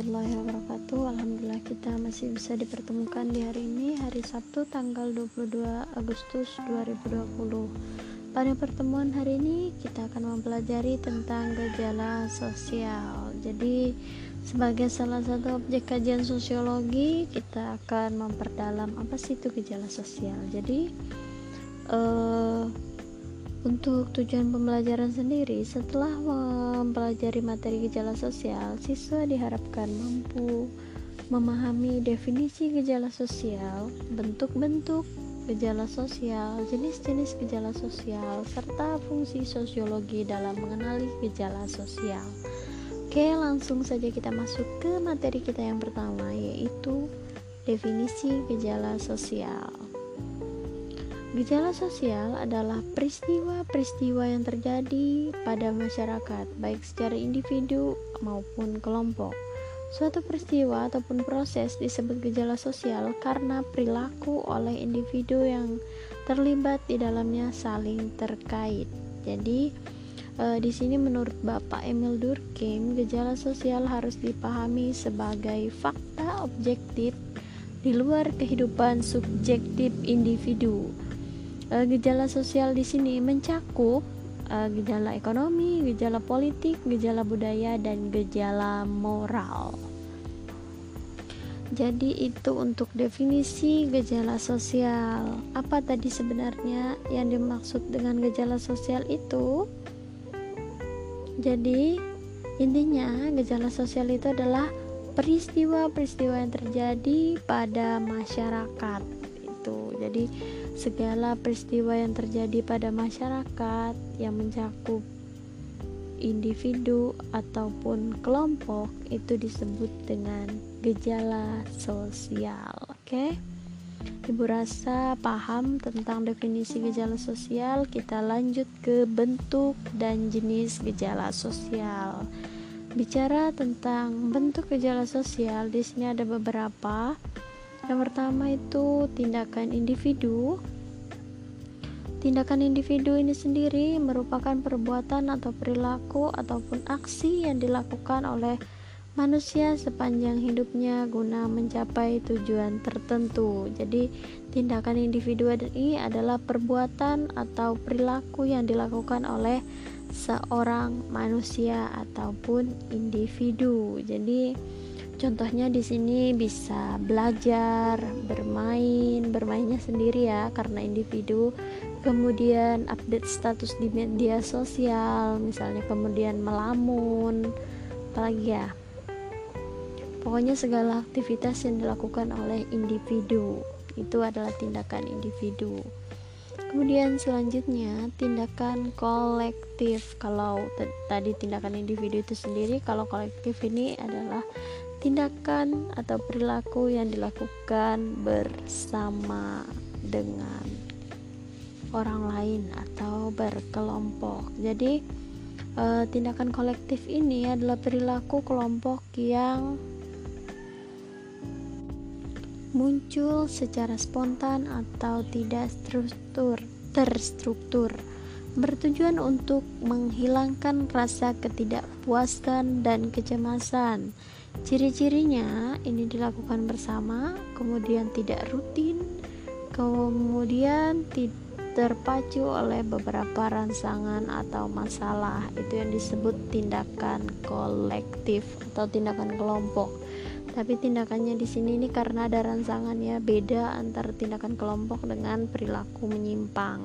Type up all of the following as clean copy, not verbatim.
warahmatullahi wabarakatuh. Alhamdulillah kita masih bisa dipertemukan di hari ini, hari Sabtu tanggal 22 Agustus 2020. Pada pertemuan hari ini kita akan mempelajari tentang gejala sosial. Jadi sebagai salah satu objek kajian sosiologi, kita akan memperdalam apa sih itu gejala sosial. Jadi untuk tujuan pembelajaran sendiri, setelah mempelajari materi gejala sosial, siswa diharapkan mampu memahami definisi gejala sosial, bentuk-bentuk gejala sosial, jenis-jenis gejala sosial, serta fungsi sosiologi dalam mengenali gejala sosial. Oke, langsung saja kita masuk ke materi kita yang pertama, yaitu definisi gejala sosial. Gejala sosial adalah peristiwa-peristiwa yang terjadi pada masyarakat, baik secara individu maupun kelompok. Suatu peristiwa ataupun proses disebut gejala sosial karena perilaku oleh individu yang terlibat di dalamnya saling terkait. Jadi, di sini menurut Bapak Emil Durkheim, gejala sosial harus dipahami sebagai fakta objektif di luar kehidupan subjektif individu. Gejala sosial di sini mencakup gejala ekonomi, gejala politik, gejala budaya, dan gejala moral. Jadi itu untuk definisi gejala sosial. Apa tadi sebenarnya yang dimaksud dengan gejala sosial itu? Jadi intinya gejala sosial itu adalah peristiwa-peristiwa yang terjadi pada masyarakat. Jadi segala peristiwa yang terjadi pada masyarakat yang mencakup individu ataupun kelompok itu disebut dengan gejala sosial. Oke? Ibu rasa paham tentang definisi gejala sosial. Kita lanjut ke bentuk dan jenis gejala sosial. Bicara tentang bentuk gejala sosial, di sini ada beberapa. Yang pertama itu tindakan individu. Tindakan individu ini sendiri merupakan perbuatan atau perilaku ataupun aksi yang dilakukan oleh manusia sepanjang hidupnya guna mencapai tujuan tertentu. Jadi tindakan individu ini adalah perbuatan atau perilaku yang dilakukan oleh seorang manusia ataupun individu. Jadi contohnya di sini bisa belajar, bermainnya sendiri ya karena individu, kemudian update status di media sosial, misalnya kemudian melamun, apalagi ya. Pokoknya segala aktivitas yang dilakukan oleh individu itu adalah tindakan individu. Kemudian selanjutnya tindakan kolektif. Kalau tadi tindakan individu itu sendiri, kalau kolektif ini adalah tindakan atau perilaku yang dilakukan bersama dengan orang lain atau berkelompok. Jadi tindakan kolektif ini adalah perilaku kelompok yang muncul secara spontan atau tidak terstruktur, bertujuan untuk menghilangkan rasa ketidakpuasan dan kecemasan. Ciri-cirinya ini dilakukan bersama, kemudian tidak rutin, kemudian terpacu oleh beberapa rangsangan atau masalah. Itu yang disebut tindakan kolektif atau tindakan kelompok. Tapi tindakannya di sini ini karena ada rangsangannya, beda antara tindakan kelompok dengan perilaku menyimpang.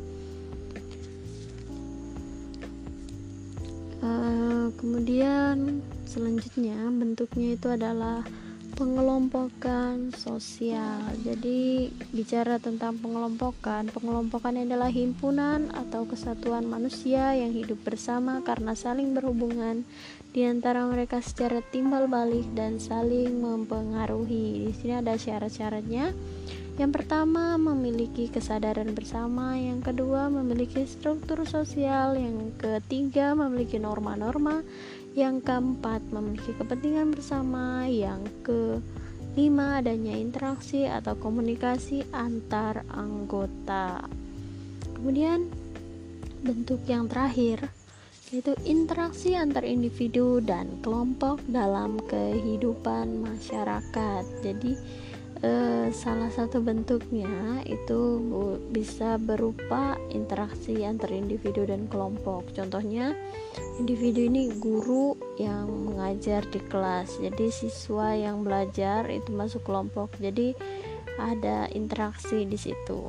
Kemudian selanjutnya bentuknya itu adalah pengelompokan sosial. Jadi bicara tentang pengelompokan adalah himpunan atau kesatuan manusia yang hidup bersama karena saling berhubungan di antara mereka secara timbal balik dan saling mempengaruhi. Di sini ada syarat-syaratnya. Yang pertama, memiliki kesadaran bersama. Yang kedua, memiliki struktur sosial. Yang ketiga, memiliki norma-norma. Yang keempat, memiliki kepentingan bersama. Yang kelima, adanya interaksi atau komunikasi antar anggota. Kemudian bentuk yang terakhir yaitu interaksi antar individu dan kelompok dalam kehidupan masyarakat. Jadi salah satu bentuknya itu bisa berupa interaksi antar individu dan kelompok. Contohnya, individu ini guru yang mengajar di kelas, jadi siswa yang belajar itu masuk kelompok, jadi ada interaksi di situ.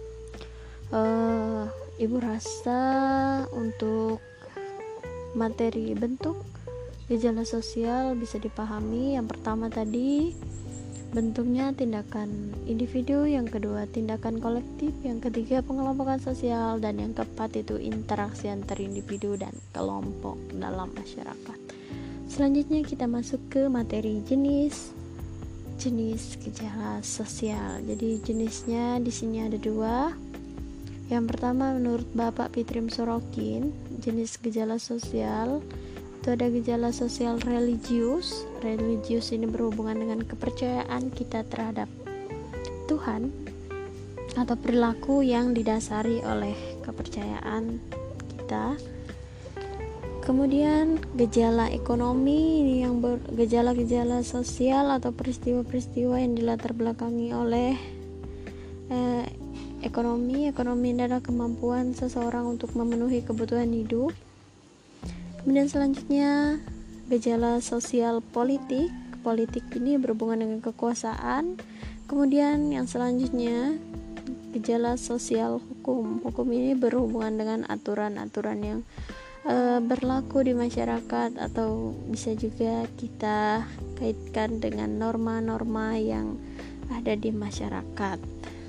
Ibu rasa untuk materi bentuk gejala sosial bisa dipahami. Yang pertama tadi bentuknya tindakan individu, yang kedua tindakan kolektif, yang ketiga pengelompokan sosial, dan yang keempat itu interaksi antar individu dan kelompok dalam masyarakat. Selanjutnya kita masuk ke materi jenis gejala sosial. Jadi jenisnya di sini ada dua. Yang pertama, menurut Bapak Pitrim Sorokin, jenis gejala sosial itu ada gejala sosial religius. Religius ini berhubungan dengan kepercayaan kita terhadap Tuhan atau perilaku yang didasari oleh kepercayaan kita. Kemudian gejala ekonomi ini yang gejala-gejala sosial atau peristiwa-peristiwa yang dilatar belakangi oleh ekonomi. Ekonomi adalah kemampuan seseorang untuk memenuhi kebutuhan hidup. Kemudian selanjutnya gejala sosial politik. Politik ini berhubungan dengan kekuasaan. Kemudian yang selanjutnya gejala sosial hukum. Hukum ini berhubungan dengan aturan-aturan yang berlaku di masyarakat, atau bisa juga kita kaitkan dengan norma-norma yang ada di masyarakat.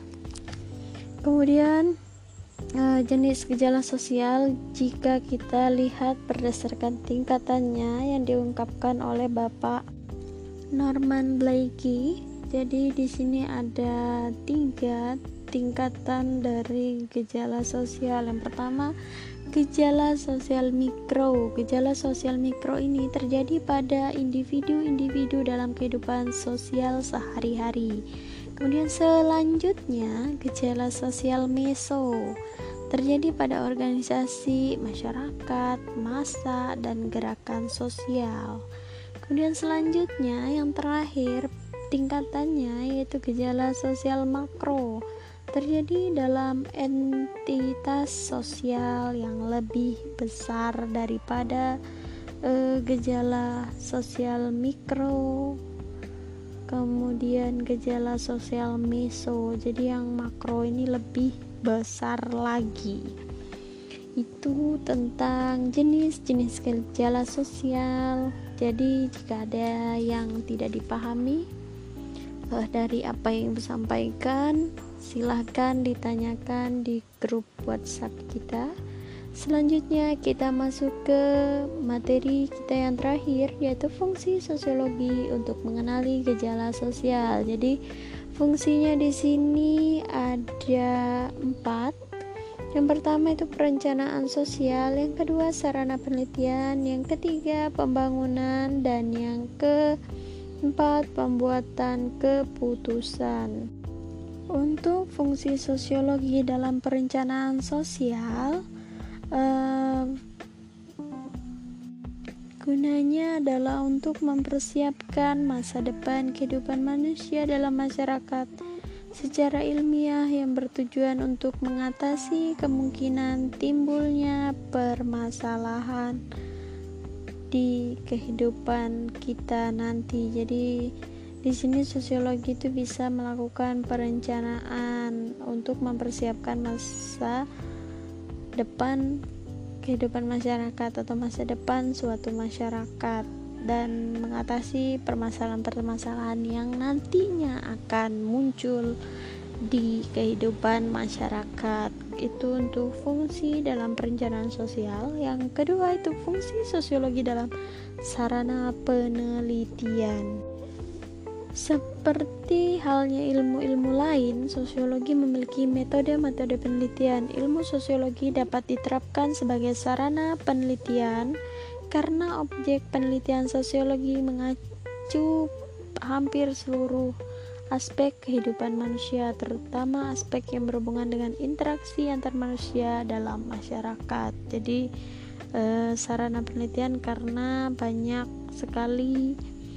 Kemudian jenis gejala sosial jika kita lihat berdasarkan tingkatannya yang diungkapkan oleh Bapak Norman Blaikie. Jadi di sini ada 3 tingkatan dari gejala sosial. Yang pertama, gejala sosial mikro. Gejala sosial mikro ini terjadi pada individu-individu dalam kehidupan sosial sehari-hari. Kemudian selanjutnya gejala sosial meso, terjadi pada organisasi, masyarakat, massa, dan gerakan sosial. Kemudian selanjutnya yang terakhir tingkatannya yaitu gejala sosial makro, terjadi dalam entitas sosial yang lebih besar daripada gejala sosial mikro. Kemudian gejala sosial meso, jadi yang makro ini lebih besar lagi. Itu tentang jenis-jenis gejala sosial. Jadi jika ada yang tidak dipahami dari apa yang Ibu sampaikan, silahkan ditanyakan di grup WhatsApp kita. Selanjutnya kita masuk ke materi kita yang terakhir, yaitu fungsi sosiologi untuk mengenali gejala sosial. Jadi fungsinya di sini ada 4. Yang pertama itu perencanaan sosial, yang kedua sarana penelitian, yang ketiga pembangunan, dan yang keempat pembuatan keputusan. Untuk fungsi sosiologi dalam perencanaan sosial, gunanya adalah untuk mempersiapkan masa depan kehidupan manusia dalam masyarakat secara ilmiah yang bertujuan untuk mengatasi kemungkinan timbulnya permasalahan di kehidupan kita nanti. Jadi di sini sosiologi itu bisa melakukan perencanaan untuk mempersiapkan masa depan kehidupan masyarakat atau masa depan suatu masyarakat, dan mengatasi permasalahan-permasalahan yang nantinya akan muncul di kehidupan masyarakat. Itu untuk fungsi dalam perencanaan sosial. Yang kedua itu fungsi sosiologi dalam sarana penelitian. Seperti halnya ilmu-ilmu lain, sosiologi memiliki metode-metode penelitian. Ilmu sosiologi dapat diterapkan sebagai sarana penelitian karena objek penelitian sosiologi mengacu hampir seluruh aspek kehidupan manusia, terutama aspek yang berhubungan dengan interaksi antar manusia dalam masyarakat. Jadi sarana penelitian karena banyak sekali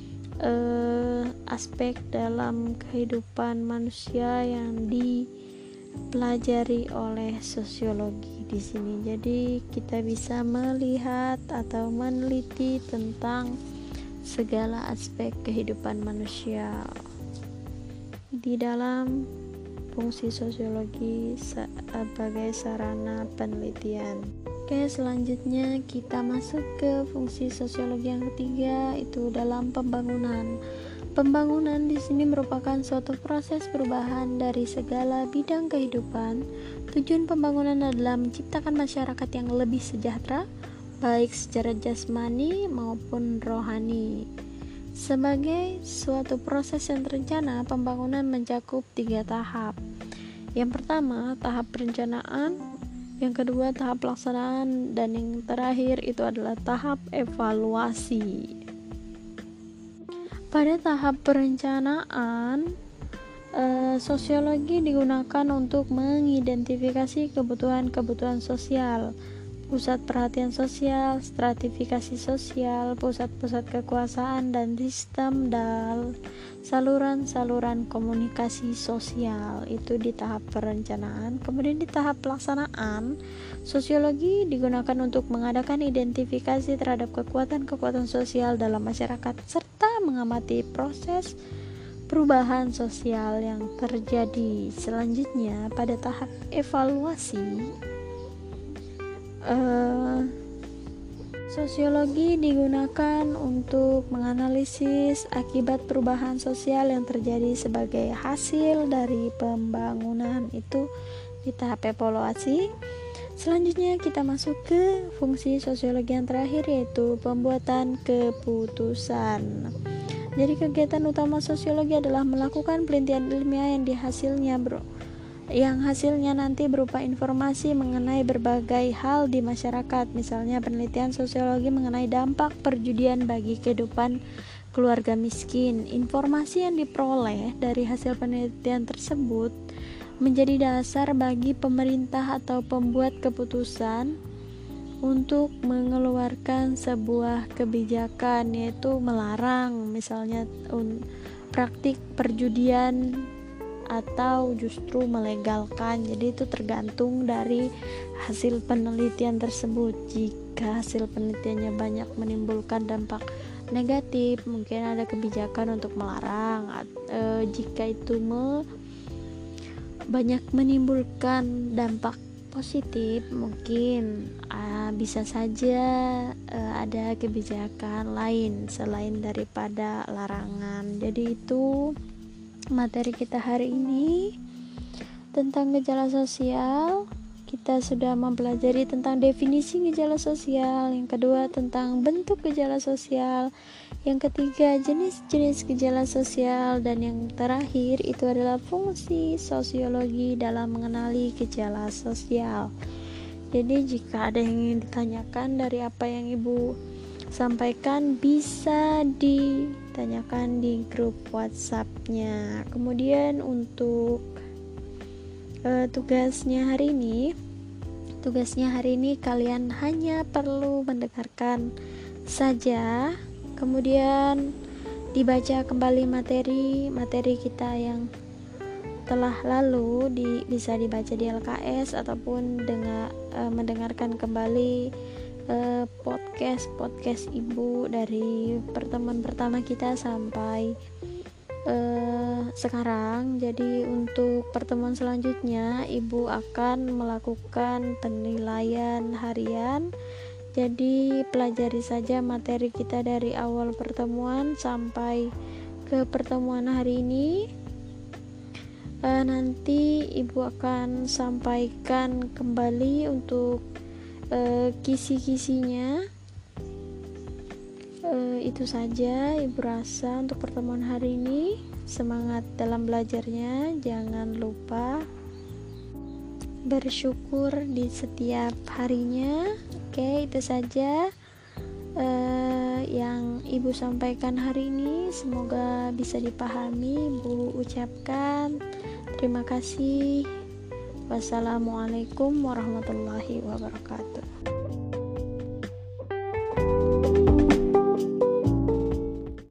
aspek dalam kehidupan manusia yang dipelajari oleh sosiologi di sini. Jadi kita bisa melihat atau meneliti tentang segala aspek kehidupan manusia di dalam fungsi sosiologi sebagai sarana penelitian. Oke, selanjutnya kita masuk ke fungsi sosiologi yang ketiga, itu dalam pembangunan. Pembangunan di sini merupakan suatu proses perubahan dari segala bidang kehidupan. Tujuan pembangunan adalah menciptakan masyarakat yang lebih sejahtera, baik secara jasmani maupun rohani. Sebagai suatu proses yang terencana, pembangunan mencakup 3 tahap. Yang pertama, tahap perencanaan, yang kedua tahap pelaksanaan, dan yang terakhir itu adalah tahap evaluasi. Pada tahap perencanaan, sosiologi digunakan untuk mengidentifikasi kebutuhan-kebutuhan sosial, pusat perhatian sosial, stratifikasi sosial, pusat-pusat kekuasaan, dan sistem saluran-saluran komunikasi sosial. Itu di tahap perencanaan. Kemudian di tahap pelaksanaan, sosiologi digunakan untuk mengadakan identifikasi terhadap kekuatan-kekuatan sosial dalam masyarakat serta mengamati proses perubahan sosial yang terjadi. Selanjutnya, pada tahap evaluasi, sosiologi digunakan untuk menganalisis akibat perubahan sosial yang terjadi sebagai hasil dari pembangunan. Itu di tahap evaluasi. Selanjutnya kita masuk ke fungsi sosiologi yang terakhir, yaitu pembuatan keputusan. Jadi kegiatan utama sosiologi adalah melakukan penelitian ilmiah yang hasilnya nanti berupa informasi mengenai berbagai hal di masyarakat. Misalnya penelitian sosiologi mengenai dampak perjudian bagi kehidupan keluarga miskin. Informasi yang diperoleh dari hasil penelitian tersebut menjadi dasar bagi pemerintah atau pembuat keputusan untuk mengeluarkan sebuah kebijakan, yaitu melarang misalnya praktik perjudian atau justru melegalkan. Jadi itu tergantung dari hasil penelitian tersebut. Jika hasil penelitiannya banyak menimbulkan dampak negatif, mungkin ada kebijakan untuk melarang. Jika itu banyak menimbulkan dampak positif, mungkin bisa saja ada kebijakan lain selain daripada larangan. Jadi itu materi kita hari ini tentang gejala sosial. Kita sudah mempelajari tentang definisi gejala sosial, yang kedua tentang bentuk gejala sosial, yang ketiga jenis-jenis gejala sosial, dan yang terakhir itu adalah fungsi sosiologi dalam mengenali gejala sosial. Jadi jika ada yang ingin ditanyakan dari apa yang Ibu sampaikan, bisa ditanyakan di grup WhatsApp-nya. Kemudian untuk tugasnya hari ini kalian hanya perlu mendengarkan saja, kemudian dibaca kembali materi kita yang telah lalu, bisa dibaca di LKS ataupun mendengarkan kembali podcast Ibu dari pertemuan pertama kita sampai sekarang. Jadi untuk pertemuan selanjutnya Ibu akan melakukan penilaian harian. Jadi pelajari saja materi kita dari awal pertemuan sampai ke pertemuan hari ini. Nanti Ibu akan sampaikan kembali untuk kisi-kisinya. Itu saja Ibu rasa untuk pertemuan hari ini. Semangat dalam belajarnya, jangan lupa bersyukur di setiap harinya. Oke, itu saja yang Ibu sampaikan hari ini. Semoga bisa dipahami. Ibu ucapkan terima kasih. Wassalamualaikum warahmatullahi wabarakatuh.